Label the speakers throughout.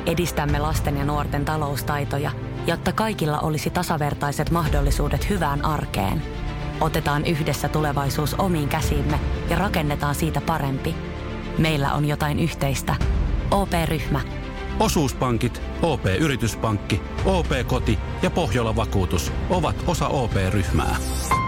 Speaker 1: edistämme lasten ja nuorten taloustaitoja, jotta kaikilla olisi tasavertaiset mahdollisuudet hyvään arkeen. Otetaan yhdessä tulevaisuus omiin käsiimme ja rakennetaan siitä parempi. Meillä on jotain yhteistä. OP-ryhmä.
Speaker 2: Osuuspankit, OP-yrityspankki, OP-koti ja Pohjola-vakuutus ovat osa OP-ryhmää.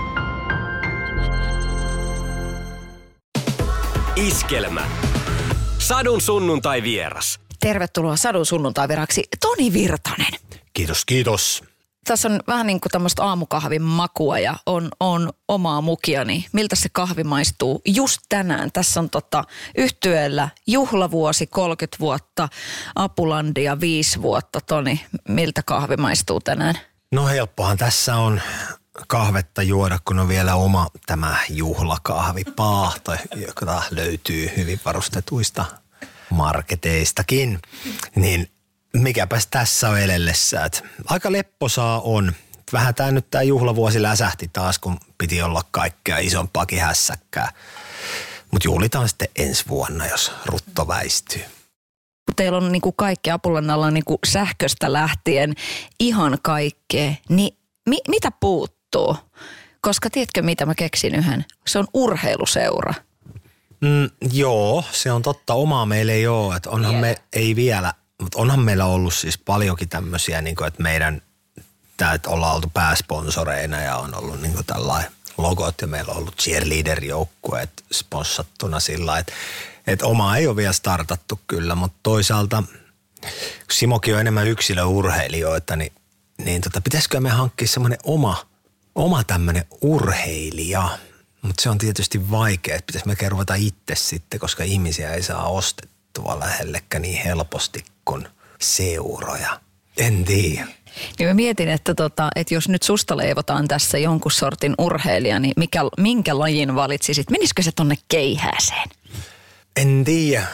Speaker 3: Iskelmä. Sadun sunnuntai vieras.
Speaker 4: Tervetuloa Sadun sunnuntai vieraksi Toni Virtanen.
Speaker 5: Kiitos, kiitos.
Speaker 4: Tässä on vähän niin kuin tämmöistä aamukahvin makua ja on omaa mukiani. Miltä se kahvi maistuu just tänään? Tässä on yhtyeellä juhlavuosi 30 vuotta, Apulandia 5 vuotta. Toni, miltä kahvi maistuu tänään?
Speaker 5: No helppohan tässä on kahvetta juoda, kun on vielä oma tämä juhlakahvipaahto, joka löytyy hyvin varustetuista marketeistakin. Niin mikäpäs tässä on elellessä, että aika lepposaa on. Vähän tämä juhlavuosi läsähti taas, kun piti olla kaikkea isompaakin hässäkkää. Mutta juhlitaan sitten ensi vuonna, jos rutto väistyy.
Speaker 4: Teillä on niinku kaikki Apulannalla niinku sähköstä lähtien ihan kaikkea, niin mitä puuttuu? Koska tiedätkö mitä mä keksin yhden? Se on urheiluseura.
Speaker 5: Joo, se on totta. Omaa meillä ei ole, että onhan me ei vielä. Mutta onhan meillä ollut siis paljonkin tämmöisiä, niin kuin, että meidän, että ollaan oltu pääsponsoreina ja on ollut niin kuin tällainen logot ja meillä on ollut cheerleader-joukkueet sponssattuna sillä, että omaa ei ole vielä startattu kyllä, mutta toisaalta kun Simokin on enemmän yksilöurheilijoita, niin pitäisikö me hankkia semmoinen oma tämmöinen urheilija, mutta se on tietysti vaikea, että pitäisi me ruveta itse sitten, koska ihmisiä ei saa ostettua lähellekään niin helposti kuin seuroja. En tiedä.
Speaker 4: Niin mä mietin, että jos nyt susta leivotaan tässä jonkun sortin urheilija, niin minkä lajin valitsisit? Menisikö se tonne keihääseen?
Speaker 5: En tiedä.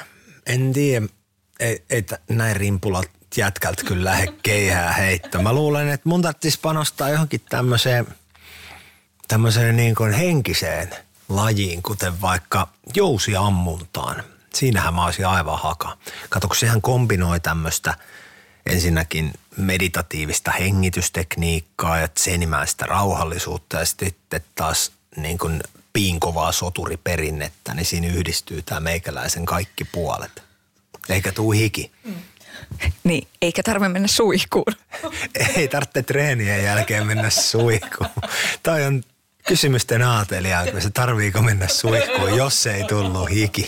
Speaker 5: Ei näin rimpulat jätkältä kyllä lähde keihää heittoon. Mä luulen, että mun tarvitsisi panostaa johonkin tämmöiseen niin kuin henkiseen lajiin, kuten vaikka jousiammuntaan. Siinähän mä olisin aivan haka. Kato, kun sehän kombinoi tämmöistä ensinnäkin meditatiivista hengitystekniikkaa ja tsenimäistä rauhallisuutta ja sitten taas niin kuin piinkovaa soturiperinnettä, niin siinä yhdistyy tämä meikäläisen kaikki puolet. Eikä tuu hiki.
Speaker 4: Niin, eikä tarvitse mennä suihkuun.
Speaker 5: Ei tarvitse treenien jälkeen mennä suihkuun. Toi on kysymysten aatelija, että se tarviiko mennä suihkuun, jos ei tullut hiki.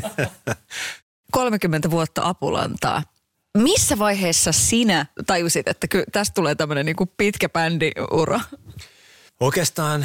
Speaker 4: 30 vuotta Apulantaa. Missä vaiheessa sinä tajusit, että tästä tulee tämmöinen niinku pitkä bändiura?
Speaker 5: Oikeastaan,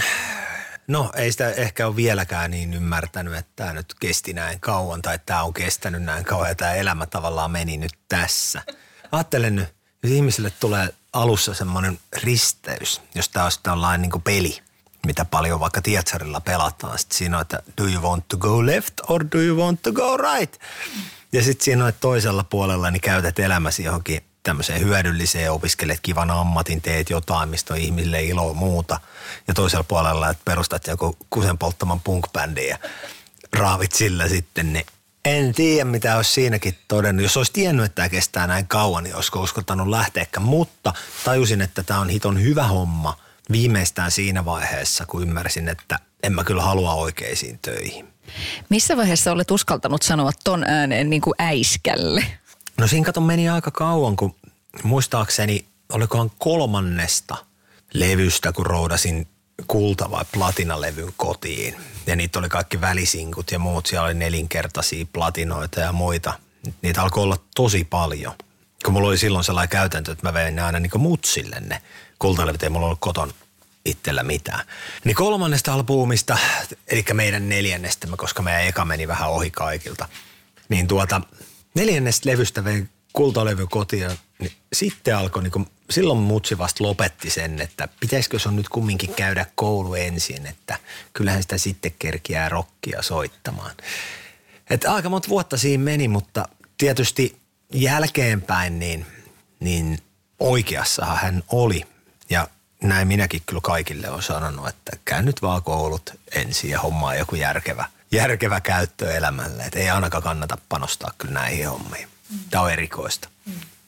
Speaker 5: ei sitä ehkä ole vieläkään niin ymmärtänyt, että tämä nyt kesti näin kauan tai tämä on kestänyt näin kauan ja tämä elämä tavallaan meni nyt tässä. Ajattelen nyt, jos ihmisille tulee alussa semmoinen risteys, jos tämä olisi tällainen niin kuin peli, mitä paljon vaikka Tietsarilla pelataan. Sitten siinä on, että do you want to go left or do you want to go right? Ja sitten siinä on, että toisella puolella niin käytät elämäsi johonkin tämmöiseen hyödylliseen, opiskelet kivan ammatin, teet jotain, mistä on ihmisille iloa muuta. Ja toisella puolella, että perustat joku kusen polttaman punk-bändin ja raavit sillä sitten, niin en tiedä, mitä olisi siinäkin todennut. Jos olisi tiennyt, että tämä kestää näin kauan, niin olisiko uskaltanut lähteäkään. Mutta tajusin, että tämä on hiton hyvä homma viimeistään siinä vaiheessa, kun ymmärsin, että en mä kyllä halua oikeisiin töihin.
Speaker 4: Missä vaiheessa olet uskaltanut sanoa ton ääneen niin kuin äiskälle?
Speaker 5: No siinä meni aika kauan, kun muistaakseni olikohan 3. levystä, kun roudasin kulta- vai platinalevyn kotiin. Ja niitä oli kaikki välisinkut ja muut. Siellä oli 4-kertaisia platinoita ja muita. Niitä alkoi olla tosi paljon. Kun mulla oli silloin sellainen käytäntö, että mä vein ne aina niin kuin mutsille ne kultalevyt. Ei mulla ollut koton itsellä mitään. Niin 3. albumista, eli meidän 4. koska meidän eka meni vähän ohi kaikilta. Niin 4. levystä vein kultalevy kotiin. Niin sitten alkoi, niin silloin mutsi vasta lopetti sen, että pitäisikö se on nyt kumminkin käydä koulu ensin, että kyllähän sitä sitten kerkiää rockia soittamaan. Että aika monta vuotta siinä meni, mutta tietysti jälkeenpäin niin oikeassahan hän oli. Ja näin minäkin kyllä kaikille olen sanonut, että käy nyt vaan koulut ensin ja hommaa joku järkevä käyttö elämälle. Että ei ainakaan kannata panostaa kyllä näihin hommiin. Tämä on erikoista.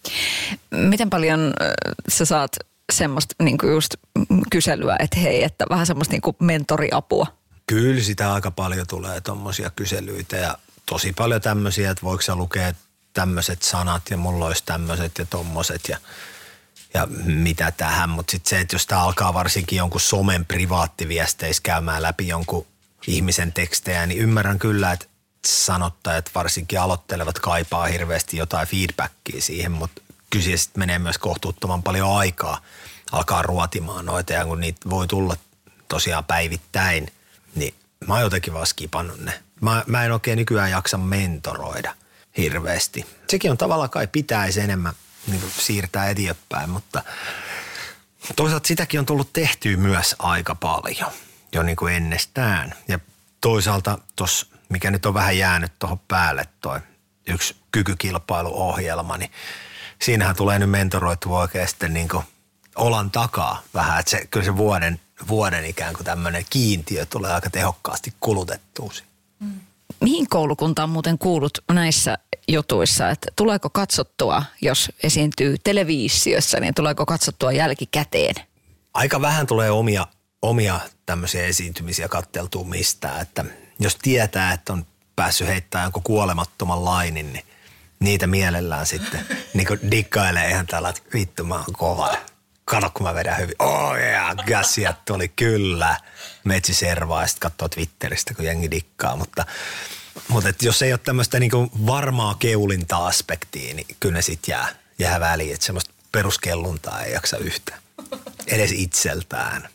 Speaker 4: Miten paljon sä saat semmoista niin kuin just kyselyä, että hei, että vähän semmoista niin kuin mentoriapua?
Speaker 5: Kyllä sitä aika paljon tulee tommosia kyselyitä ja tosi paljon tämmöisiä, että voiko sä lukea tämmöiset sanat ja mulla olisi tämmöiset ja tommoset ja mitä tähän. Mutta sitten se, että jos tää alkaa varsinkin jonkun somen privaattiviesteissä käymään läpi jonkun ihmisen tekstejä, niin ymmärrän kyllä, että sanottajat varsinkin aloittelevat kaipaa hirveästi jotain feedbackia siihen, mutta kyllä sitten menee myös kohtuuttoman paljon aikaa alkaa ruotimaan noita ja kun niitä voi tulla tosiaan päivittäin, niin mä oon jotenkin vaan skipannut ne. Mä en oikein nykyään jaksa mentoroida hirveästi. Sekin on tavallaan kai pitäisi enemmän niin kuin siirtää eteenpäin, mutta toisaalta sitäkin on tullut tehtyä myös aika paljon jo niin kuin ennestään. Ja toisaalta tuossa, mikä nyt on vähän jäänyt tuohon päälle toi yksi kykykilpailuohjelma, niin siinähän tulee nyt mentoroitua oikein sitten niin kuin olan takaa vähän, että kyllä se vuoden ikään kuin tämmöinen kiintiö tulee aika tehokkaasti kulutettua.
Speaker 4: Mihin koulukuntaan muuten kuulut näissä jutuissa, että tuleeko katsottua, jos esiintyy televisiossa, niin tuleeko katsottua jälkikäteen? Aika
Speaker 5: vähän tulee omia tämmöisiä esiintymisiä katteltua mistään, että jos tietää, että on päässyt heittämään jonkun kuolemattoman lainin, niin niitä mielellään sitten niin kuin dikkailee ihan tällä, että vittu mä oon kova. Kato, kun mä vedän hyvin. Käsiät tuli kyllä. Metsi servaa ja sitten katsoo Twitteristä, kun jengi dikkaa. Mutta et jos ei ole tämmöistä niinku varmaa keulinta-aspektia, niin kyllä ne sitten jää väliin. Että semmoista peruskelluntaa ei jaksa yhtään. Edes itseltään.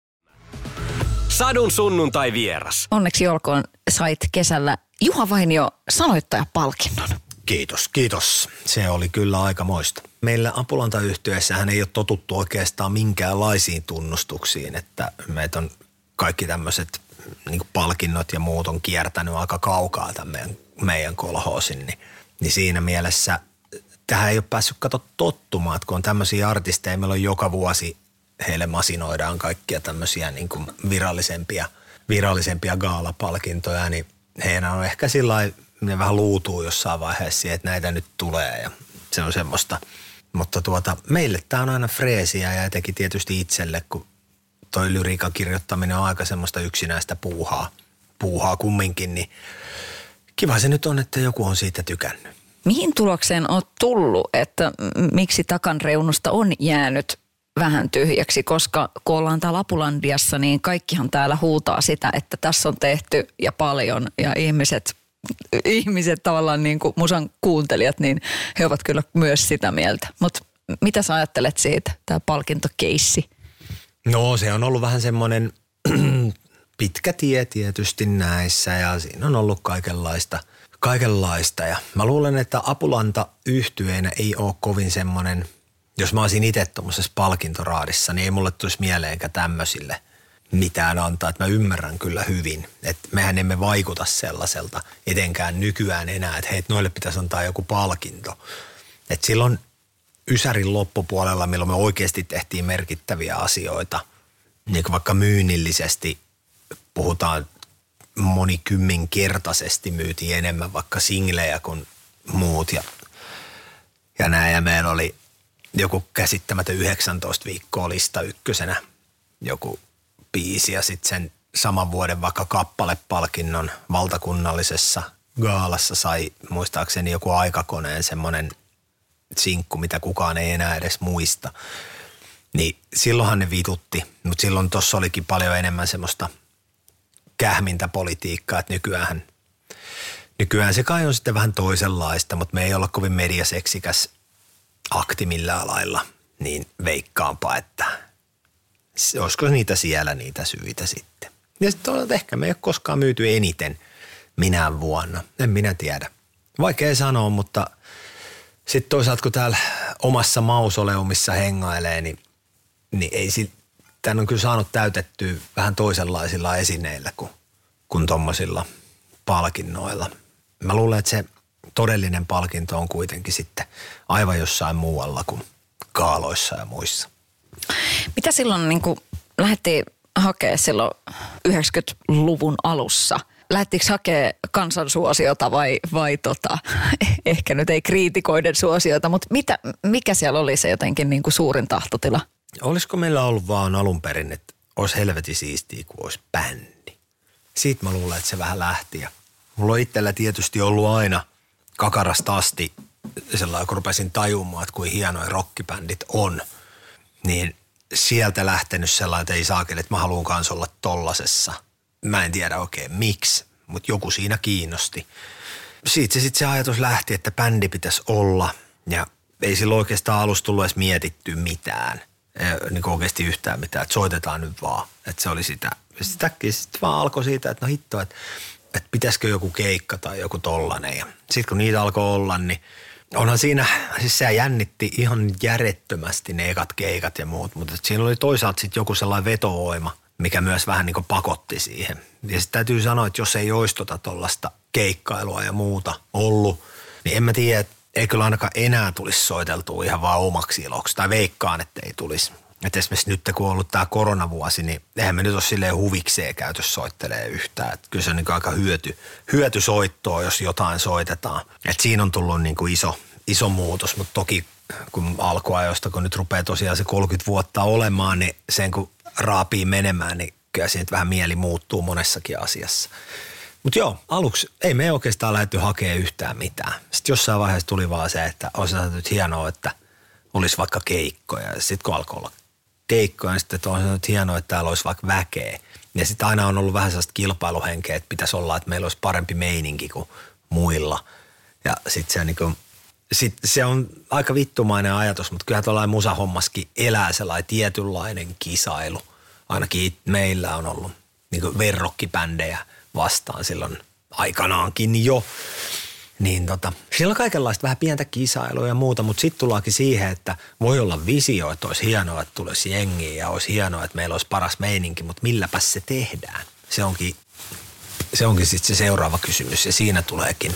Speaker 3: Sadun sunnuntai vieras.
Speaker 4: Onneksi olkoon sait kesällä Juha Vainio sanoittajapalkinnon.
Speaker 5: Kiitos. Se oli kyllä aikamoista. Meillä Apulanta-yhtyeessähän ei ole totuttu oikeastaan minkäänlaisiin tunnustuksiin, että meitä on kaikki tämmöiset niin palkinnot ja muut on kiertänyt aika kaukaa tämän meidän kolhoosin, niin siinä mielessä tähän ei ole päässyt tottumaan, että kun on tämmöisiä artisteja, meillä on joka vuosi heille masinoidaan kaikkia tämmöisiä niin kuin virallisempia gaalapalkintoja, niin heidän on ehkä sillain ne vähän luutuu jossain vaiheessa siihen, että näitä nyt tulee ja se on semmoista. Mutta meille tää on aina freesiä ja etenkin tietysti itselle, kun toi lyriikan kirjoittaminen on aika semmoista yksinäistä puuhaa kumminkin, niin kiva se nyt on, että joku on siitä tykännyt.
Speaker 4: Mihin tulokseen oot tullut, että miksi takan reunusta on jäänyt vähän tyhjäksi, koska kun ollaan täällä Apulandiassa, niin kaikkihan täällä huutaa sitä, että tässä on tehty ja paljon ja ihmiset tavallaan niin kuin musan kuuntelijat, niin he ovat kyllä myös sitä mieltä. Mutta mitä sä ajattelet siitä, tämä palkintokeissi?
Speaker 5: No se on ollut vähän semmoinen pitkä tie tietysti näissä ja siinä on ollut kaikenlaista. Ja mä luulen, että Apulanta-yhtyeenä ei ole kovin semmoinen, jos mä olisin itse tuommoisessa palkintoraadissa, niin ei mulle tulisi mieleenkä tämmöisille mitään antaa, että mä ymmärrän kyllä hyvin, että mehän emme vaikuta sellaiselta etenkään nykyään enää, että hei, noille pitäisi antaa joku palkinto. Että silloin Ysärin loppupuolella, milloin me oikeasti tehtiin merkittäviä asioita, niin kuin vaikka myynnillisesti puhutaan monikymmenkertaisesti myytiin enemmän vaikka singlejä kuin muut ja näin. Ja meillä oli joku käsittämätön 19 viikkoa lista ykkösenä joku biisi ja sitten sen saman vuoden vaikka kappalepalkinnon valtakunnallisessa gaalassa sai muistaakseni joku Aikakoneen semmoinen sinkku, mitä kukaan ei enää edes muista. Niin silloinhan ne vitutti, mutta silloin tuossa olikin paljon enemmän semmoista kähmintä politiikkaa, että nykyään se kai on sitten vähän toisenlaista, mutta me ei olla kovin mediaseksikäs akti millään lailla, niin veikkaanpa, että olisiko niitä siellä niitä syitä sitten. Ja sitten on, että ehkä me ei ole koskaan myyty eniten minään vuonna, en minä tiedä. Vaikea sanoa, mutta sitten toisaalta kun täällä omassa mausoleumissa hengailee, niin ei tämän on kyllä saanut täytettyä vähän toisenlaisilla esineillä kuin tommosilla palkinnoilla. Mä luulen, että se todellinen palkinto on kuitenkin sitten aivan jossain muualla kuin gaaloissa ja muissa.
Speaker 4: Mitä silloin niin kuin lähdettiin hakemaan silloin 90-luvun alussa? Lähettikö hakea kansansuosiota vai ehkä nyt ei kriitikoiden suosiota, mutta mikä siellä oli se jotenkin niin kuin suurin tahtotila?
Speaker 5: Olisiko meillä ollut vaan alun perin, että olisi helvetin siistiä, kun olisi bändi. Siitä mä luulen, että se vähän lähti. Ja mulla on itsellä tietysti ollut aina kakarasta asti sellainen, kun rupesin tajumaan, että kuin hienoja rockibändit on, niin sieltä lähtenyt sellainen, että ei saakeli, että mä haluan kanssa olla tollasessa. Mä en tiedä oikein miksi, mutta joku siinä kiinnosti. Siitä se ajatus lähti, että bändi pitäisi olla ja ei silloin oikeastaan alusta tullut edes mietittyä mitään. Niin oikeasti yhtään mitään, että soitetaan nyt vaan. Että se oli sitä. Ja sitten vaan alkoi siitä, että no hitto, että pitäisikö joku keikka tai joku tollanen. Ja sitten kun niitä alkoi olla, niin onhan siinä, siis se jännitti ihan järjettömästi ne ekat keikat ja muut. Mutta siinä oli toisaalta sitten joku sellainen veto-oima, mikä myös vähän niin kuin pakotti siihen. Ja sitten täytyy sanoa, että jos ei olisi tollasta keikkailua ja muuta ollut, niin en mä tiedä, että ei kyllä ainakaan enää tulisi soiteltua ihan vaan omaksi iloksi. Tai veikkaan, että ei tulisi. Että esimerkiksi nyt kun on ollut tämä koronavuosi, niin eihän me nyt ole silleen huvikseen käytössä soittelee yhtään. Että kyllä se on niin aika hyötysoittoa, jos jotain soitetaan. Että siinä on tullut niin kuin iso muutos, mutta toki kun alkuajoista, kun nyt rupeaa tosiaan se 30 vuotta olemaan, niin sen kun raapii menemään, niin kyllä siitä vähän mieli muuttuu monessakin asiassa. Mutta joo, aluksi ei me oikeastaan lähdetty hakemaan yhtään mitään. Sitten jossain vaiheessa tuli vaan se, että olisi nyt hienoa, että olisi vaikka keikkoja. Ja sitten kun alkoi olla keikkoja, niin sitten on nyt hienoa, että täällä olisi vaikka väkeä. Ja sitten aina on ollut vähän sellaista kilpailuhenkeä, että pitäisi olla, että meillä olisi parempi meininki kuin muilla. Ja sitten se, niin se on aika vittumainen ajatus, mutta kyllähän tuollainen musahommaskin elää sellainen tietynlainen kisailu. Ainakin meillä on ollut niin verrokkibändejä vastaan silloin aikanaankin jo. Niin siellä on kaikenlaista vähän pientä kisailua ja muuta, mutta sitten tullaankin siihen, että voi olla visio, että olisi hienoa, että tulisi jengiä ja olisi hienoa, että meillä olisi paras meininki, mutta milläpäs se tehdään? Se onkin sitten se seuraava kysymys ja siinä tuleekin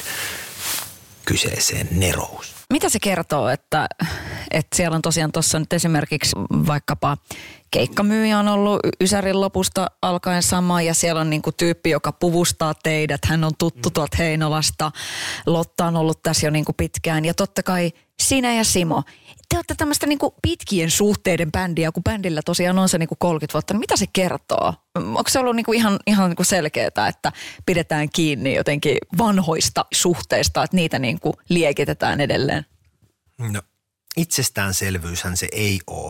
Speaker 5: kyseeseen nerous.
Speaker 4: Mitä se kertoo, että siellä on tosiaan tuossa nyt esimerkiksi vaikkapa keikkamyyjä on ollut Ysärin lopusta alkaen sama ja siellä on niinku tyyppi, joka puvustaa teidät. Hän on tuttu tuolta Heinolasta. Lotta on ollut tässä jo niinku pitkään ja totta kai sinä ja Simo. Te olette tämmöistä niinku pitkien suhteiden bändiä, kun bändillä tosiaan on se niinku 30 vuotta. Niin mitä se kertoo? Onko se ollut niinku ihan niinku selkeää, että pidetään kiinni jotenkin vanhoista suhteista, että niitä niinku liekitetään edelleen?
Speaker 5: No itsestäänselvyyshän se ei ole,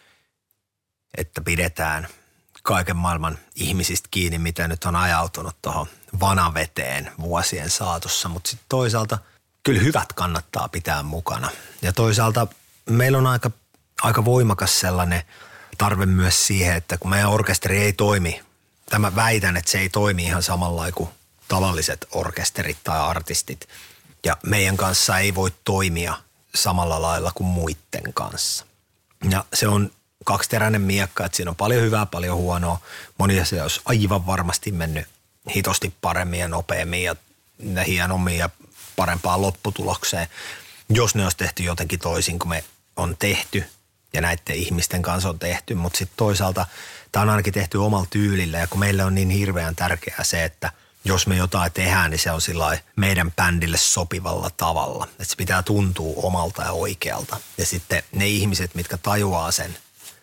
Speaker 5: että pidetään kaiken maailman ihmisistä kiinni, mitä nyt on ajautunut tuohon vanaveteen vuosien saatossa. Mutta sitten toisaalta kyllä hyvät kannattaa pitää mukana. Ja toisaalta meillä on aika voimakas sellainen tarve myös siihen, että kun meidän orkesteri ei toimi, tämä väitän, että se ei toimi ihan samalla kuin tavalliset orkesterit tai artistit. Ja meidän kanssa ei voi toimia samalla lailla kuin muiden kanssa. Ja se on kaksiteräinen miekka, että siinä on paljon hyvää, paljon huonoa. Moni asia olisi aivan varmasti mennyt hitosti paremmin ja nopeammin ja hienommin ja parempaan lopputulokseen, jos ne olisi tehty jotenkin toisin kuin me on tehty ja näiden ihmisten kanssa on tehty. Mutta sitten toisaalta tämä on ainakin tehty omalla tyylillä ja kun meille on niin hirveän tärkeää se, että jos me jotain tehdään, niin se on sillä meidän bändille sopivalla tavalla. Että se pitää tuntua omalta ja oikealta. Ja sitten ne ihmiset, mitkä tajuaa sen,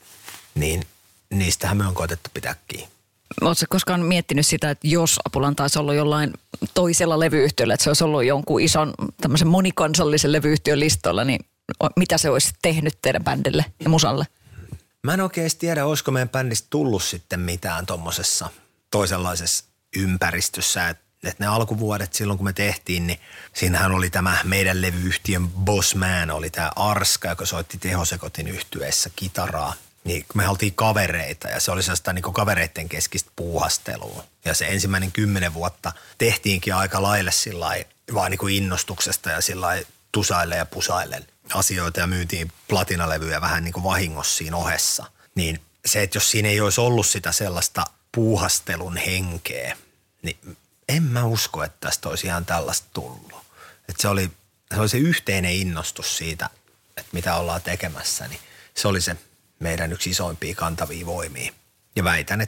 Speaker 5: niin niistähän me on koetettu pitää kiinni.
Speaker 4: Oletko koskaan miettinyt sitä, että jos Apulanta olisi ollut jollain toisella levyyhtiöllä, että se olisi ollut jonkun ison tämmöisen monikansallisen levyyhtiön listoilla, niin mitä se olisi tehnyt teidän bändille ja musalle?
Speaker 5: Mä en oikein tiedä, olisiko meidän bändistä tullut sitten mitään tuommoisessa toisenlaisessa ympäristössä, että ne alkuvuodet silloin kun me tehtiin, niin siinähän oli tämä meidän levyyhtiön bossman, oli tämä Arska, joka soitti Tehosekotin yhtyeessä kitaraa. Niin me oltiin kavereita ja se oli sellaista niin kuin kavereiden keskistä puuhastelua. Ja se ensimmäinen 10 vuotta tehtiinkin aika lailla sillai vaan niin kuin innostuksesta ja sillai tusaille ja pusaillen asioita ja myytiin platinalevyjä vähän niin kuin vahingossa siinä ohessa. Niin se, että jos siinä ei olisi ollut sitä sellaista puuhastelun henkeä, niin en mä usko, että tästä olisi ihan tällaista tullut. Että se oli se yhteinen innostus siitä, että mitä ollaan tekemässä, niin se oli se meidän yksi isoimpia kantavia voimia. Ja väitän, että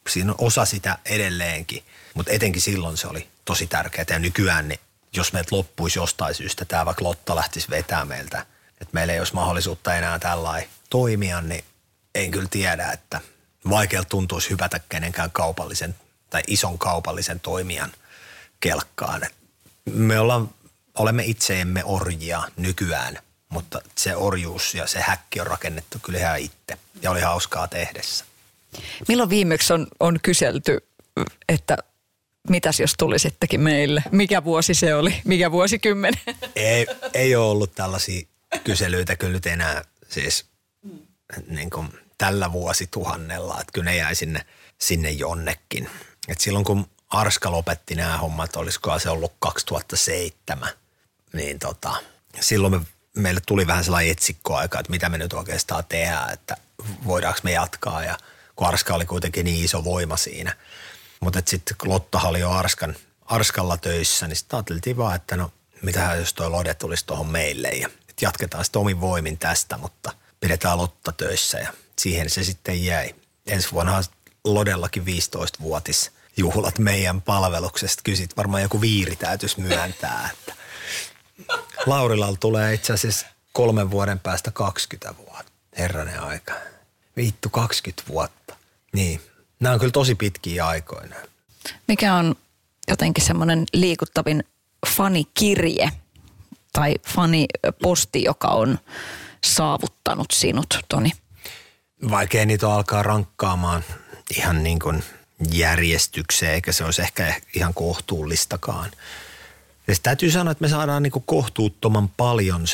Speaker 5: siinä on osa sitä edelleenkin, mutta etenkin silloin se oli tosi tärkeää. Ja nykyään, niin jos meiltä loppuisi jostain syystä, tämä vaikka Lotta lähtisi vetää meiltä, että meillä ei olisi mahdollisuutta enää tällainen toimia, niin en kyllä tiedä, että vaikealta tuntuisi hypätä kenenkään kaupallisen tai ison kaupallisen toimijan kelkkaan. Me olemme itseemme orjia nykyään, mutta se orjuus ja se häkki on rakennettu kyllä ihan itse ja oli hauskaa tehdessä.
Speaker 4: Milloin viimeksi on kyselty, että mitäs jos tulisittekin meille? Mikä vuosi se oli? Mikä vuosikymmen?
Speaker 5: Ei ole ollut tällaisia kyselyitä kyllä nyt enää siis niin kuin tällä vuosituhannella, että kyllä ne jäi sinne jonnekin. Et silloin kun Arska lopetti nämä hommat, olisikohan se ollut 2007, niin silloin meille tuli vähän sellainen etsikkoaika, että mitä me nyt oikeastaan tehdään, että voidaanko me jatkaa ja kun Arska oli kuitenkin niin iso voima siinä. Mutta sitten kun Lottahan oli jo Arskalla töissä, niin sitten ajateltiin vaan, että no mitähän jos toi Lode tulisi tuohon meille ja jatketaan sitten omin voimin tästä, mutta pidetään Lotta töissä ja siihen se sitten jäi. Ensi vuonna Lodellakin 15-vuotisjuhlat meidän palveluksesta. Kyllä sit varmaan joku viiri täytyisi myöntää, että Laurilalla tulee itse asiassa 3 vuoden päästä 20 vuotta. Herranen aika. Vittu 20 vuotta. Niin. Nämä on kyllä tosi pitkiä aikoina.
Speaker 4: Mikä on jotenkin semmoinen liikuttavin fanikirje tai faniposti, joka on saavuttanut sinut, Toni?
Speaker 5: Vaikea niitä alkaa rankkaamaan ihan niin kuin järjestykseen, eikä se olisi ehkä ihan kohtuullistakaan. Ja täytyy sanoa, että me saadaan niin kuin kohtuuttoman paljon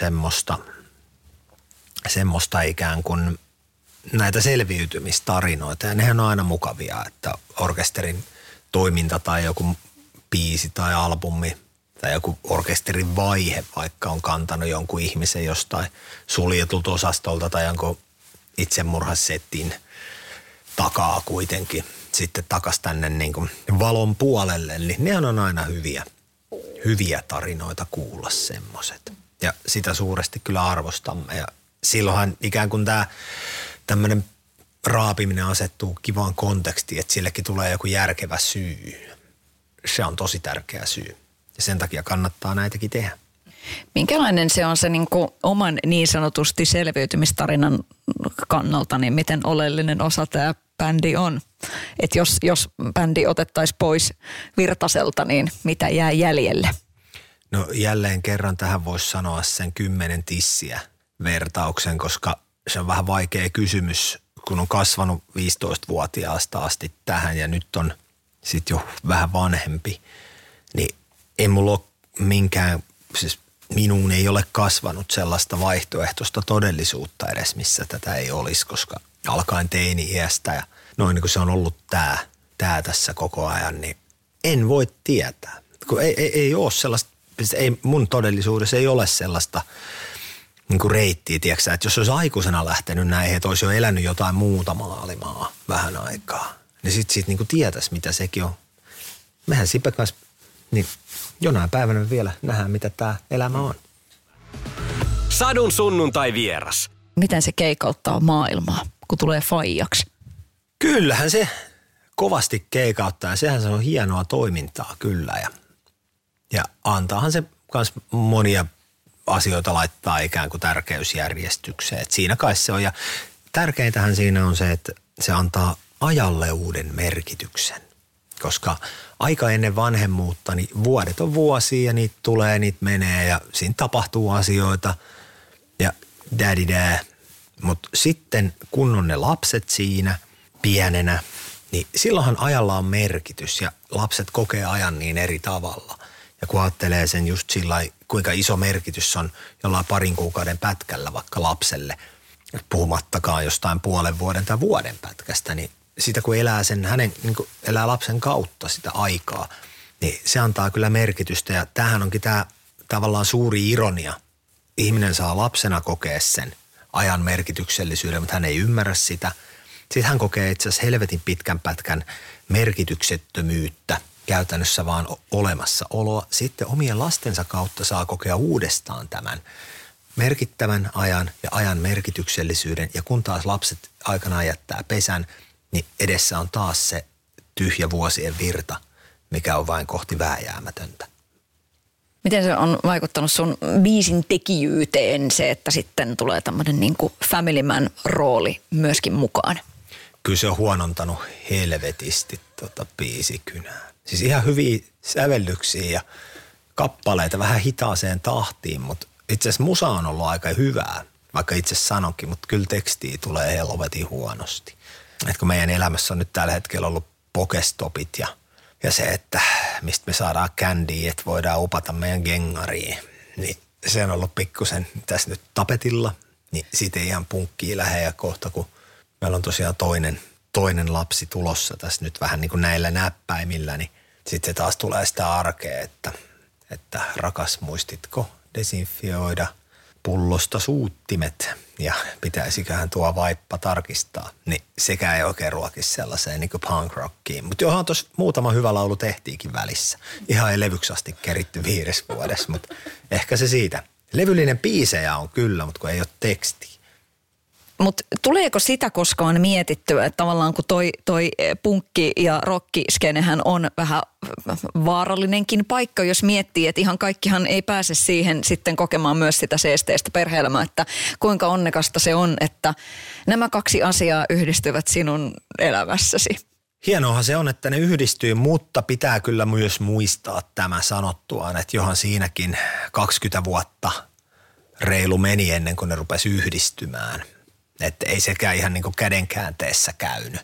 Speaker 5: semmoista ikään kuin näitä selviytymistarinoita. Ja nehän on aina mukavia, että orkesterin toiminta tai joku biisi tai albumi tai joku orkesterin vaihe vaikka on kantanut jonkun ihmisen jostain suljetulta osastolta tai jonkun itsemurhasetin takaa kuitenkin sitten takas tänne niin kuin valon puolelle. Eli nehän on aina hyviä tarinoita kuulla semmoiset. Ja sitä suuresti kyllä arvostamme. Ja silloinhan ikään kuin tämä tämmöinen raapiminen asettuu kivaan kontekstiin, että sillekin tulee joku järkevä syy. Se on tosi tärkeä syy. Ja sen takia kannattaa näitäkin tehdä.
Speaker 4: Minkälainen se on se niin kuin oman niin sanotusti selviytymistarinan kannalta, niin miten oleellinen osa tämä bändi on? Että jos bändi otettaisiin pois Virtaselta, niin mitä jää jäljelle?
Speaker 5: No jälleen kerran tähän voisi sanoa sen 10 tissiä vertauksen, koska se on vähän vaikea kysymys, kun on kasvanut 15-vuotiaasta asti tähän ja nyt on sitten jo vähän vanhempi, niin ei mulla ole siis minuun ei ole kasvanut sellaista vaihtoehtoista todellisuutta edes, missä tätä ei olisi, koska alkaen teini-iästä ja noin niin kuin se on ollut tää tässä koko ajan, niin en voi tietää. Kun ei ole sellaista, mun todellisuudessa ei ole sellaista niin kuin reittiä, tiedätkö, että jos olisi aikuisena lähtenyt näihin, että olisi jo elänyt jotain muuta maalimaa vähän aikaa, niin sitten siitä niin kuin tietäisi, mitä sekin on. Mehän Sipen kanssa, niin jonain päivänä vielä nähdään, mitä tämä elämä on.
Speaker 3: Sadun sunnuntai vieras.
Speaker 4: Miten se keikauttaa maailmaa, kun tulee faijaksi?
Speaker 5: Kyllähän se kovasti keikauttaa ja sehän se on hienoa toimintaa kyllä ja antaahan se myös monia asioita laittaa ikään kuin tärkeysjärjestykseen. Et siinä kai se on ja tärkeintähän siinä on se, että se antaa ajalle uuden merkityksen, koska aika ennen vanhemmuutta niin vuodet on vuosia ja niitä tulee, niitä menee ja siinä tapahtuu asioita ja daddy. Mutta sitten kun on ne lapset siinä pienenä, niin silloinhan ajalla on merkitys ja lapset kokee ajan niin eri tavalla. Ja kun ajattelee sen just sillä kuinka iso merkitys on jollain 2 kuukauden pätkällä vaikka lapselle, puhumattakaan jostain puolen vuoden tai vuoden pätkästä, niin sitä kun elää niin kun elää lapsen kautta sitä aikaa, niin se antaa kyllä merkitystä. Ja tämähän onkin tämä tavallaan suuri ironia. Ihminen saa lapsena kokea sen ajan merkityksellisyyden, mutta hän ei ymmärrä sitä. Sitten hän kokee itse asiassa helvetin pitkän pätkän merkityksettömyyttä, käytännössä vaan olemassaoloa. Sitten omien lastensa kautta saa kokea uudestaan tämän merkittävän ajan ja ajan merkityksellisyyden. Ja kun taas lapset aikanaan jättää pesän, niin edessä on taas se tyhjä vuosien virta, mikä on vain kohti vääjäämätöntä.
Speaker 4: Miten se on vaikuttanut sun biisin tekijyyteen se, että sitten tulee tämmöinen niin kuin family man rooli myöskin mukaan?
Speaker 5: Kyllä se on huonontanut helvetisti biisikynää. Siis ihan hyviä sävellyksiä ja kappaleita vähän hitaaseen tahtiin, mutta itse asiassa musa on ollut aika hyvää, vaikka itse sanonkin, mutta kyllä tekstiä tulee helvetin huonosti. Et kun meidän elämässä on nyt tällä hetkellä ollut pokestopit ja se, että mistä me saadaan candyä, että voidaan upata meidän gengariin, niin se on ollut pikkusen tässä nyt tapetilla, niin siitä ei ihan punkkiin lähde ja kohta kun meillä on tosiaan toinen lapsi tulossa tässä nyt vähän niin kuin näillä näppäimillä, niin sitten se taas tulee sitä arkea, että rakas muistitko desinfioida pullosta suuttimet ja pitäisiköhän tuo vaippa tarkistaa. Niin sekään ei oikein ruoki sellaiseen niin kuin punk rockiin. Mutta johan tuossa muutama hyvä laulu tehtiinkin välissä. Ihan ei levyksi asti keritty 5 vuodessa, mutta ehkä se siitä. Levyllinen biisejä on kyllä, mutta kun ei ole tekstiä.
Speaker 4: Mutta tuleeko sitä koskaan mietittyä, että tavallaan kun toi punkki- ja rockiskenehän on vähän vaarallinenkin paikka, jos miettii, että ihan kaikkihan ei pääse siihen sitten kokemaan myös sitä seesteistä perhe-elämää, että kuinka onnekasta se on, että nämä 2 asiaa yhdistyvät sinun elämässäsi.
Speaker 5: Hienoahan se on, että ne yhdistyy, mutta pitää kyllä myös muistaa tämä sanottuaan, että johan siinäkin 20 vuotta reilu meni ennen kuin ne rupesi yhdistymään. Että ei sekään ihan niin kuin kädenkäänteessä käynyt.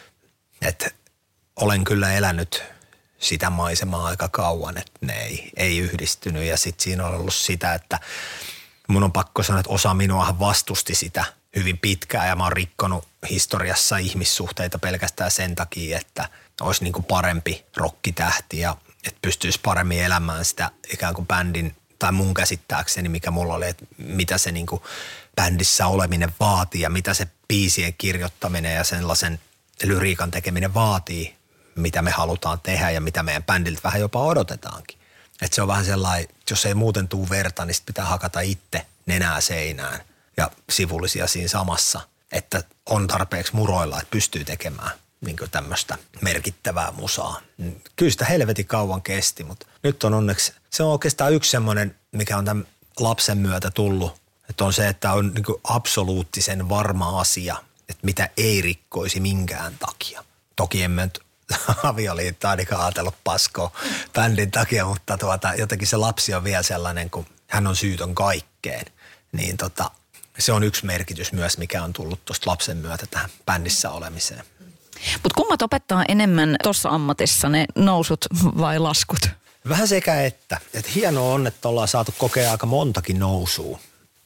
Speaker 5: Että olen kyllä elänyt sitä maisemaa aika kauan, että ne ei yhdistynyt. Ja sitten siinä on ollut sitä, että mun on pakko sanoa, että osa minuahan vastusti sitä hyvin pitkään. Ja mä oon rikkonut historiassa ihmissuhteita pelkästään sen takia, että olisi niin kuin parempi rokkitähti ja että pystyisi paremmin elämään sitä ikään kuin bändin tai mun käsittääkseni, mikä mulla oli, että mitä se niin kuin bändissä oleminen vaatii ja mitä se biisien kirjoittaminen ja sellaisen lyriikan tekeminen vaatii, mitä me halutaan tehdä ja mitä meidän bändiltä vähän jopa odotetaankin. Että se on vähän sellainen, jos ei muuten tule verta, niin sit pitää hakata itse nenää seinään ja sivullisia siinä samassa, että on tarpeeksi muroilla, että pystyy tekemään niin kuin tämmöistä merkittävää musaa. Kyllä sitä helvetin kauan kesti, mutta nyt on onneksi, se on oikeastaan yksi semmoinen, mikä on tämän lapsen myötä tullut, että on se, että on niin kuin absoluuttisen varma asia, että mitä ei rikkoisi minkään takia. Toki emme nyt avioliittoa ainakaan ajatellut paskoa bändin takia, mutta jotenkin se lapsi on vielä sellainen, kun hän on syytön kaikkeen, niin se on yksi merkitys myös, mikä on tullut tuosta lapsen myötä tähän bändissä olemiseen.
Speaker 4: Mutta kummat opettaa enemmän tuossa ammatissa, ne nousut vai laskut?
Speaker 5: Vähän sekä että. Hienoa on, että ollaan saatu kokea aika montakin nousua,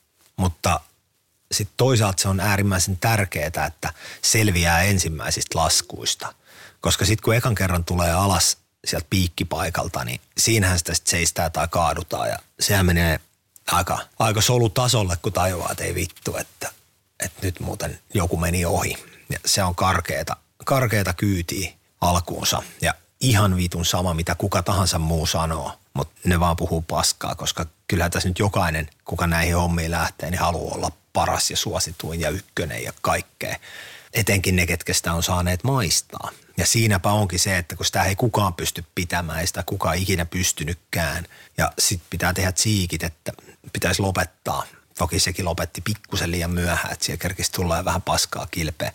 Speaker 5: mutta sitten toisaalta se on äärimmäisen tärkeää, että selviää ensimmäisistä laskuista. Koska sitten kun ekan kerran tulee alas sieltä piikkipaikalta, niin siinähän sitä sitten seistää tai kaadutaan ja sehän menee aika solutasolle, kun tajuaa, että ei vittu, että nyt muuten joku meni ohi. Ja se on karkeata kyytiä alkuunsa ja ihan vitun sama, mitä kuka tahansa muu sanoo, mutta ne vaan puhuu paskaa, koska kyllähän tässä nyt jokainen, kuka näihin hommiin lähtee, niin haluaa olla paras ja suosituin ja ykkönen ja kaikkea. Etenkin ne, ketkä sitä on saaneet maistaa. Ja siinäpä onkin se, että kun sitä ei kukaan pysty pitämään, ei sitä kukaan ikinä pystynytkään. Ja sitten pitää tehdä tsiikit, että pitäisi lopettaa. Toki sekin lopetti pikkusen liian myöhään, että siellä kerkisi tulla vähän paskaa kilpeä.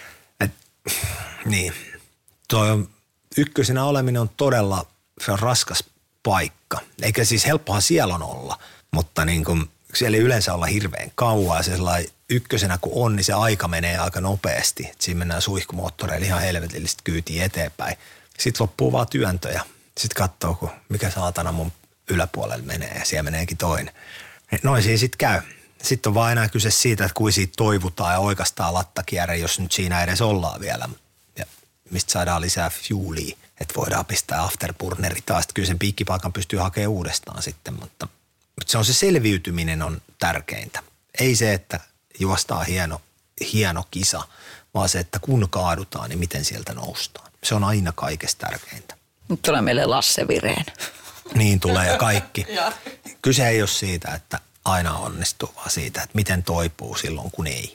Speaker 5: Niin, ykkösenä oleminen on todella, se on raskas paikka. Eikä siis helppohan siellä on olla, mutta niin kuin siellä ei yleensä olla hirveän kauan ja sellainen ykkösenä kun on, niin se aika menee aika nopeasti. Et siinä mennään suihkumoottoreilla ihan helvetillisesti kyytiin eteenpäin. Sitten loppuu vaan työntö ja sitten katsoo, kun mikä saatana mun yläpuolelle menee ja siellä meneekin toinen. Noin siinä sitten käy. Sitten on vaan enää kyse siitä, että kuin siitä toivutaan ja oikastaan lattakierre, jos nyt siinä edes ollaan vielä. Ja mistä saadaan lisää fuelia, että voidaan pistää afterburneri taas. Kyllä sen piikkipaikan pystyy hakemaan uudestaan sitten, mutta se on se selviytyminen on tärkeintä. Ei se, että juostaan hieno kisa, vaan se, että kun kaadutaan, niin miten sieltä noustaan. Se on aina kaikesta tärkeintä.
Speaker 4: Nyt tulee meille Lasse Vireen.
Speaker 5: Niin tulee ja kaikki. Kyse ei ole siitä, että aina onnistuu, vaan siitä, että miten toipuu silloin, kun ei.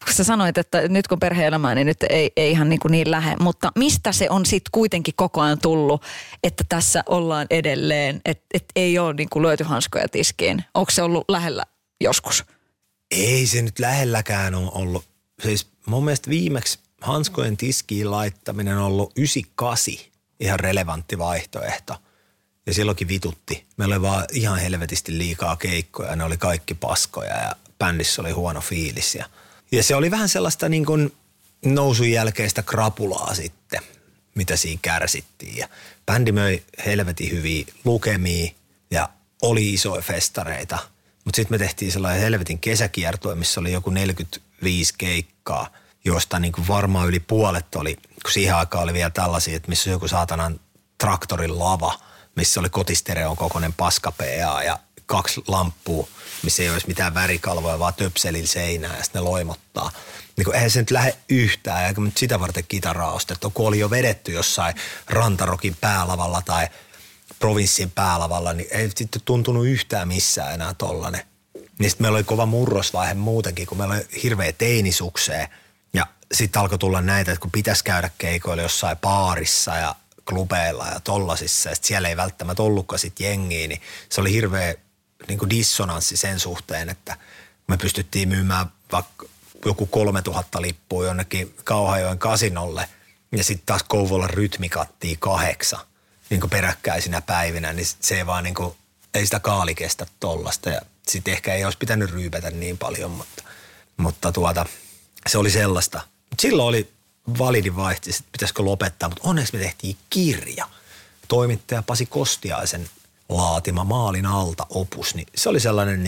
Speaker 4: kun sä sanoit, että nyt kun perhe-elämää, niin nyt ei ihan niin lähde. Mutta mistä se on sitten kuitenkin koko ajan tullut, että tässä ollaan edelleen, että ei ole niin kuin lyöty hanskoja tiskiin? Onko se ollut lähellä joskus?
Speaker 5: Ei se nyt lähelläkään ole ollut. Siis mun mielestä viimeksi hanskojen tiskiin laittaminen on ollut 98 ihan relevantti vaihtoehto. Ja silloinkin vitutti. Meillä oli vaan ihan helvetisti liikaa keikkoja. Ne oli kaikki paskoja ja bändissä oli huono fiilis. Ja se oli vähän sellaista niin kuin nousun jälkeistä krapulaa sitten, mitä siinä kärsittiin. Ja bändi möi helvetin hyviä lukemia ja oli isoja festareita. Mutta sitten me tehtiin sellainen helvetin kesäkiertue, missä oli joku 45 keikkaa, josta niin kuin varmaan yli puolet oli, kun siihen aikaan oli vielä tällaisia, että missä on joku saatanan traktorin lava, missä oli kotistereon kokoinen paska PA ja 2 lamppua, missä ei olisi mitään värikalvoja, vaan töpselillä seinää ja sitten ne loimottaa. Niin kuin, eihän se nyt lähde yhtään, eikä nyt sitä varten kitaraa ostettu, kun oli jo vedetty jossain Rantarokin päälavalla tai provinssin päälavalla, niin ei sitten tuntunut yhtään missään enää tollanen. Niin sitten meillä oli kova murrosvaihe muutenkin, kun meillä oli hirveä teinisukseen ja sitten alkoi tulla näitä, että kun pitäisi käydä keikoilla jossain baarissa ja klubeilla ja tollasissa, ja siellä ei välttämättä ollutkaan sit jengiä, niin se oli hirveä niin kuin dissonanssi sen suhteen, että me pystyttiin myymään vaikka joku 3000 lippua jonnekin Kauhajoen kasinolle, ja sitten taas Kouvolan rytmi kattii 8 niin kuin peräkkäisinä päivinä, niin se ei vaan niin kuin, ei sitä kaali kestä tollasta, ja sitten ehkä ei olisi pitänyt ryypätä niin paljon, mutta se oli sellaista. Mut silloin oli validi vaihti, että pitäisikö lopettaa, mutta onneksi me tehtiin kirja. Toimittaja Pasi Kostiaisen laatima Maalin alta opus, niin se oli sellainen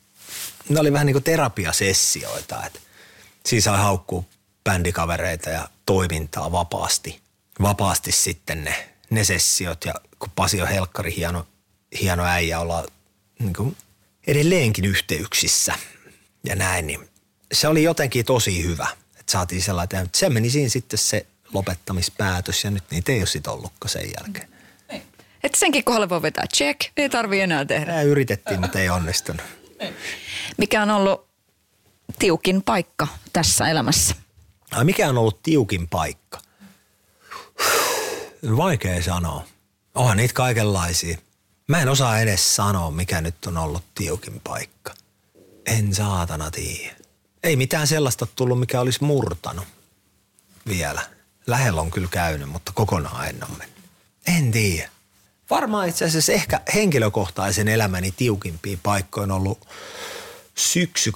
Speaker 5: ne oli vähän niin kuin terapiasessioita, että siinä sai haukkua bändikavereita ja toimintaa vapaasti sitten ne sessiot, ja kun Pasi on helkkari hieno äijä, ollaan niin kuin edelleenkin yhteyksissä ja näin, niin se oli jotenkin tosi hyvä. Saatiin sellainen, että se meni siinä sitten se lopettamispäätös ja nyt niitä ei ole sitten ollutkaan sen jälkeen.
Speaker 4: Että senkin kohdalla voi vetää check, ei tarvitse enää tehdä.
Speaker 5: Tämä yritettiin, mutta ei onnistunut.
Speaker 4: Mikä on ollut tiukin paikka tässä elämässä?
Speaker 5: Mikä on ollut tiukin paikka? Vaikea sanoa. Onhan niitä kaikenlaisia. Mä en osaa edes sanoa, mikä nyt on ollut tiukin paikka. En saatana tiedä. Ei mitään sellaista tullut, mikä olisi murtanut vielä. Lähellä on kyllä käynyt, mutta kokonaan en ole mennyt. En tiedä. Varmaan itse asiassa ehkä henkilökohtaisen elämäni tiukimpia paikkoja on ollut syksy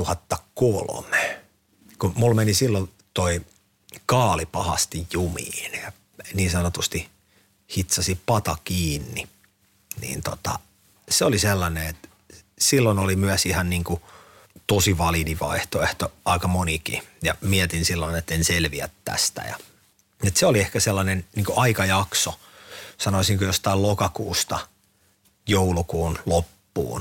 Speaker 5: 2003. Kun mulla meni silloin toi kaali pahasti jumiin ja niin sanotusti hitsasi pata kiinni. Niin se oli sellainen, että silloin oli myös ihan niin kuin tosi validi vaihtoehto, aika monikin. Ja mietin silloin, että en selviä tästä. Ja, että se oli ehkä sellainen niin kuin aikajakso, sanoisinko jostain lokakuusta joulukuun loppuun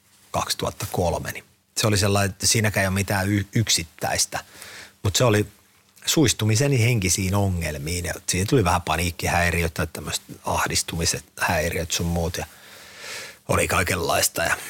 Speaker 5: 2003. Niin se oli sellainen, että siinäkään ei ole mitään yksittäistä, mutta se oli suistumiseni henkisiin ongelmiin. Ja siitä tuli vähän paniikkihäiriötä, tämmöiset ahdistumiset, häiriöt sun muut ja oli kaikenlaista ja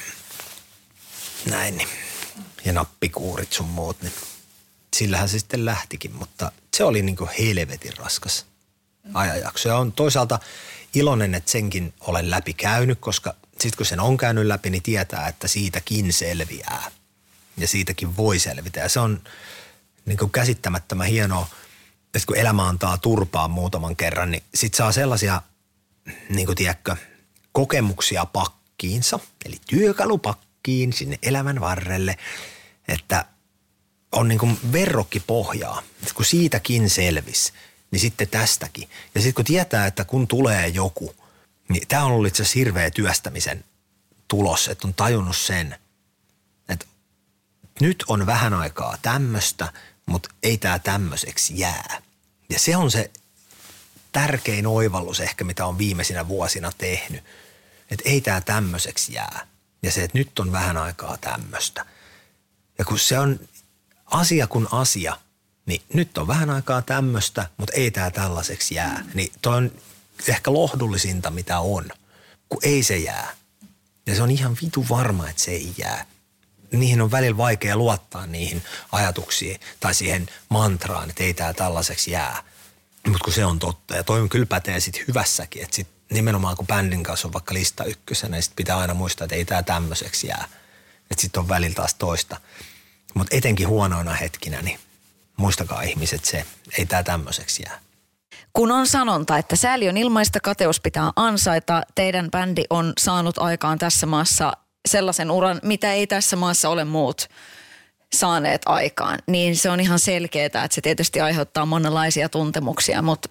Speaker 5: näin niin. Ja nappikuurit sun muut, niin sillähän se sitten lähtikin, mutta se oli niin kuin helvetin raskas ajanjakso. Ja on toisaalta iloinen, että senkin olen läpi käynyt, koska sitten kun sen on käynyt läpi, niin tietää, että siitäkin selviää. Ja siitäkin voi selvitä. Ja se on niin kuin käsittämättömän hienoa, että kun elämä antaa turpaa muutaman kerran, niin sit saa sellaisia, niin kuin tiedätkö, kokemuksia pakkiinsa, eli työkalupakkiin sinne elämän varrelle, että on niin kuin verrokkipohjaa. Että kun siitäkin selvisi, niin sitten tästäkin. Ja sitten kun tietää, että kun tulee joku, niin tämä on ollut itse asiassa hirveä työstämisen tulos, että on tajunnut sen, että nyt on vähän aikaa tämmöistä, mutta ei tämä tämmöiseksi jää. Ja se on se tärkein oivallus ehkä, mitä on viimeisinä vuosina tehnyt, että ei tämä tämmöiseksi jää. Ja se, että nyt on vähän aikaa tämmöistä. Ja kun se on asia kuin asia, niin nyt on vähän aikaa tämmöistä, mutta ei tämä tällaiseksi jää. Niin toi on ehkä lohdullisinta, mitä on, kun ei se jää. Ja se on ihan vitu varma, että se ei jää. niihin on välillä vaikea luottaa niihin ajatuksiin tai siihen mantraan, että ei tää tällaiseksi jää. Mutta kun se on totta ja toi kyllä pätee sitten hyvässäkin, että sit nimenomaan kun bändin kanssa on vaikka lista ykkösenä, niin sit pitää aina muistaa, että ei tää tämmöiseksi jää. Että sitten on välillä taas toista. Mutta etenkin huonoina hetkinä, niin muistakaa ihmiset se, ei tää tämmöiseksi jää.
Speaker 4: Kun on sanonta, että sääli on ilmaista, kateus pitää ansaita, teidän bändi on saanut aikaan tässä maassa sellaisen uran, mitä ei tässä maassa ole muut saaneet aikaan, niin se on ihan selkeää, että se tietysti aiheuttaa monenlaisia tuntemuksia, mutta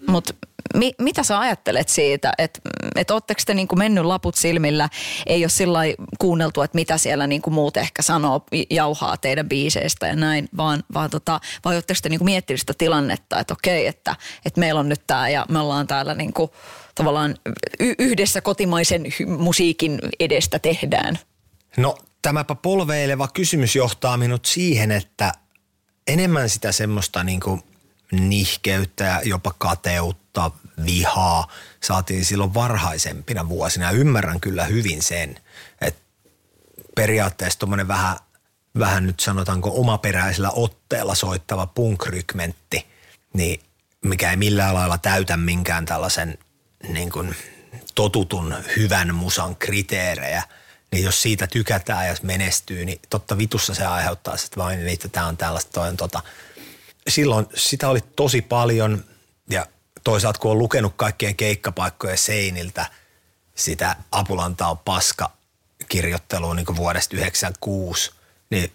Speaker 4: mitä sä ajattelet siitä, että ootteko te niinku mennyt laput silmillä, ei ole sillai kuunneltu, että mitä siellä niinku muut ehkä sanoo, jauhaa teidän biiseistä ja näin, vaan vai ootteko te niinku miettinyt sitä tilannetta, että okei, että meillä on nyt tää ja me ollaan täällä niinku tavallaan yhdessä kotimaisen musiikin edestä tehdään?
Speaker 5: No tämäpä polveileva kysymys johtaa minut siihen, että enemmän sitä semmoista niinku nihkeyttä ja jopa kateutta, vihaa saatiin silloin varhaisempina vuosina. Ymmärrän kyllä hyvin sen, että periaatteessa tommoinen vähän nyt sanotaanko omaperäisellä otteella soittava punk-rykmentti, niin mikä ei millään lailla täytä minkään tällaisen niin kuin totutun hyvän musan kriteerejä, niin jos siitä tykätään ja menestyy, niin totta vitussa se aiheuttaa, että vain niitä tää on tällaista, toi on tota. Silloin sitä oli tosi paljon ja toisaalta kun on lukenut kaikkien keikkapaikkojen seiniltä sitä Apulantaa on paska -kirjoittelua niin kuin vuodesta 1996, niin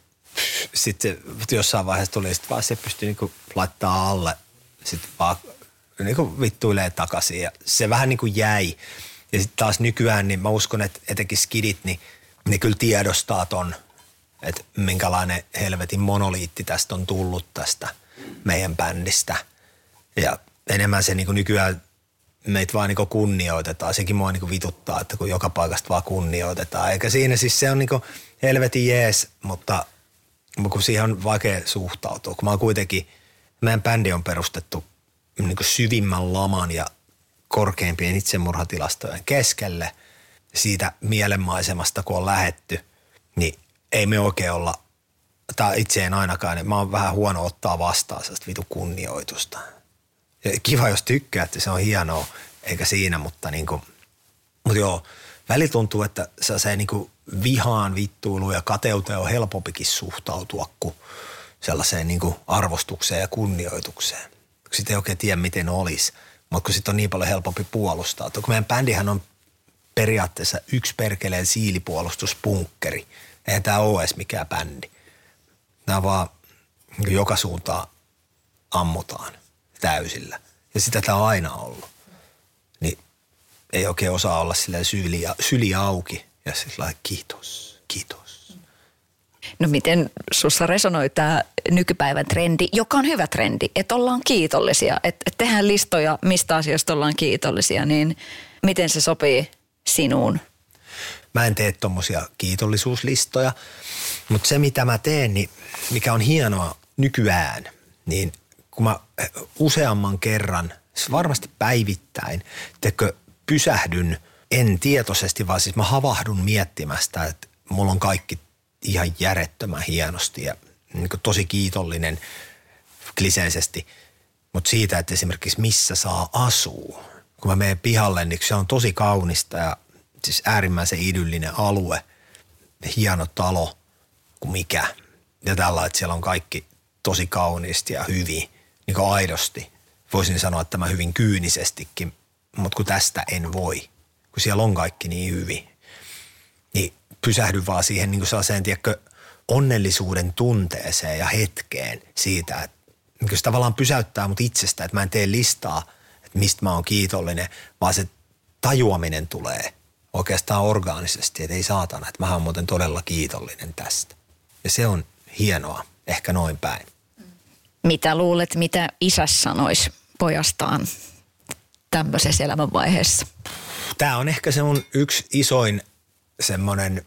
Speaker 5: sitten jossain vaiheessa tuli sit vaan se pystyi niin kuin laittaa alle, sitten vaan niin kuin vittuilee takaisin ja se vähän niin kuin jäi. Ja sitten taas nykyään, niin mä uskon, että etenkin skidit, niin ne kyllä tiedostaa ton, että minkälainen helvetin monoliitti tästä on tullut tästä meidän bändistä. Ja enemmän se niin kuin nykyään meitä vaan niin kuin kunnioitetaan. Sekin mua niin kuin vituttaa, että kun joka paikasta vaan kunnioitetaan. Eikä siinä siis se on niin kuin helvetin jees, mutta kun siihen on vaikea suhtautua. Kun mä oon kuitenkin, meidän bändi on perustettu niin kuin syvimmän laman ja korkeimpien itsemurhatilastojen keskelle siitä mielenmaisemasta, kun on lähetty, niin ei me oikein olla, tai itse en ainakaan, niin mä oon vähän huono ottaa vastaan sellaista vitu kunnioitusta. Ja kiva, jos tykkäätte, se on hienoa, eikä siinä, mutta joo, väli tuntuu, että se niinku vihaan, vittuiluun ja kateuteen on helpompikin suhtautua kuin sellaiseen niinku arvostukseen ja kunnioitukseen. Sitten ei oikein tiedä, miten olisi. Mutta kun sitten on niin paljon helpompi puolustaa. Kun meidän bändihän on periaatteessa yksi perkeleen siilipuolustuspunkkeri. Eihän tämä ole edes mikään bändi. Nämä vaan joka suuntaan ammutaan täysillä. Ja sitä tämä on aina ollut. Niin ei oikein osaa olla silleen syli auki ja sillä kiitos, kiitos.
Speaker 4: No miten sussa resonoi tämä nykypäivän trendi, joka on hyvä trendi, että ollaan kiitollisia, että tehdään listoja, mistä asioista ollaan kiitollisia, niin miten se sopii sinuun?
Speaker 5: Mä en tee tommosia kiitollisuuslistoja, mutta se mitä mä teen, niin mikä on hienoa nykyään, niin kun mä useamman kerran, varmasti päivittäin, pysähdyn, en tietoisesti, vaan siis mä havahdun miettimästä, että mulla on kaikki ihan järjettömän hienosti ja niin kuin tosi kiitollinen kliseisesti, mutta siitä, että esimerkiksi missä saa asua. Kun mä menen pihalle, niin se on tosi kaunista ja siis äärimmäisen idyllinen alue, hieno talo kuin mikä. Ja tällä, että siellä on kaikki tosi kauniisti ja hyvin, niin kuin aidosti. Voisin sanoa, että mä hyvin kyynisestikin, mutta kun tästä en voi, kun siellä on kaikki niin hyvin, niin pysähdyn vaan siihen niin kuin sellaiseen, tiedätkö, onnellisuuden tunteeseen ja hetkeen siitä, että niin se tavallaan pysäyttää mut itsestä, että mä en tee listaa, että mistä mä oon kiitollinen, vaan se tajuaminen tulee oikeastaan orgaanisesti, että ei saatana, että mä oon muuten todella kiitollinen tästä. Ja se on hienoa, ehkä noin päin.
Speaker 4: Mitä luulet, mitä isä sanoisi pojastaan tämmöisessä elämänvaiheessa?
Speaker 5: Tämä on ehkä se mun yksi isoin semmoinen,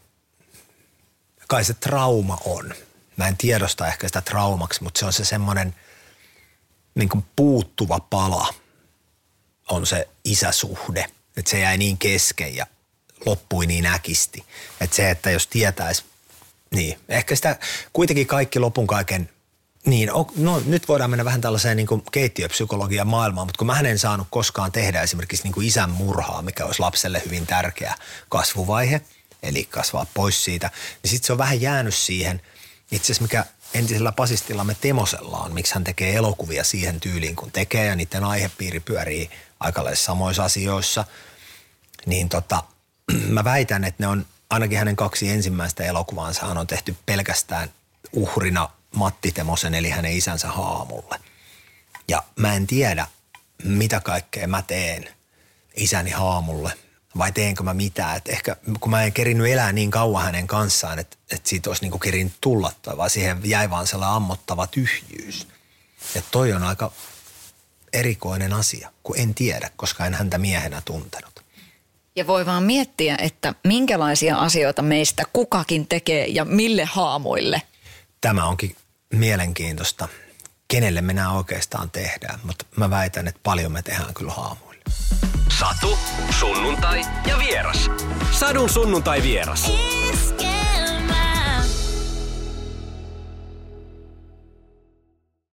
Speaker 5: kai se trauma on. Mä en tiedosta ehkä sitä traumaksi, mutta se on se semmoinen niin kuin puuttuva pala on se isäsuhde. Että se jäi niin kesken ja loppui niin äkisti. Että se, että jos tietäisi Niin, ehkä sitä kuitenkin kaikki lopun kaiken, niin no nyt voidaan mennä vähän tällaiseen niin kuin keittiöpsykologian maailmaan, mutta kun mä en saanut koskaan tehdä esimerkiksi niin kuin isän murhaa, mikä olisi lapselle hyvin tärkeä kasvuvaihe, eli kasvaa pois siitä, niin sitten se on vähän jäänyt siihen, itse asiassa mikä entisellä basistillamme Temosella on, miksi hän tekee elokuvia siihen tyyliin kun tekee ja niiden aihepiiri pyörii aika lailla samoissa asioissa, niin mä väitän, että ne on ainakin hänen 2 ensimmäistä elokuvaansa on tehty pelkästään uhrina Matti Temosen eli hänen isänsä haamulle. Ja mä en tiedä, mitä kaikkea mä teen isäni haamulle vai teenkö mä mitään. Et ehkä kun mä en kerinnyt elää niin kauan hänen kanssaan, että siitä olisi niinku kerinnyt tulla, vaan siihen jäi vaan sellainen ammottava tyhjyys. Ja toi on aika erikoinen asia, kun en tiedä, koska en häntä miehenä tuntenut.
Speaker 4: Ja voi vaan miettiä, että minkälaisia asioita meistä kukakin tekee ja mille haamuille.
Speaker 5: Tämä onkin mielenkiintoista, kenelle me nämä oikeastaan tehdään, mutta mä väitän, että paljon me tehdään kyllä haamuille.
Speaker 3: Satu, sunnuntai ja vieras. Sadun sunnuntai vieras.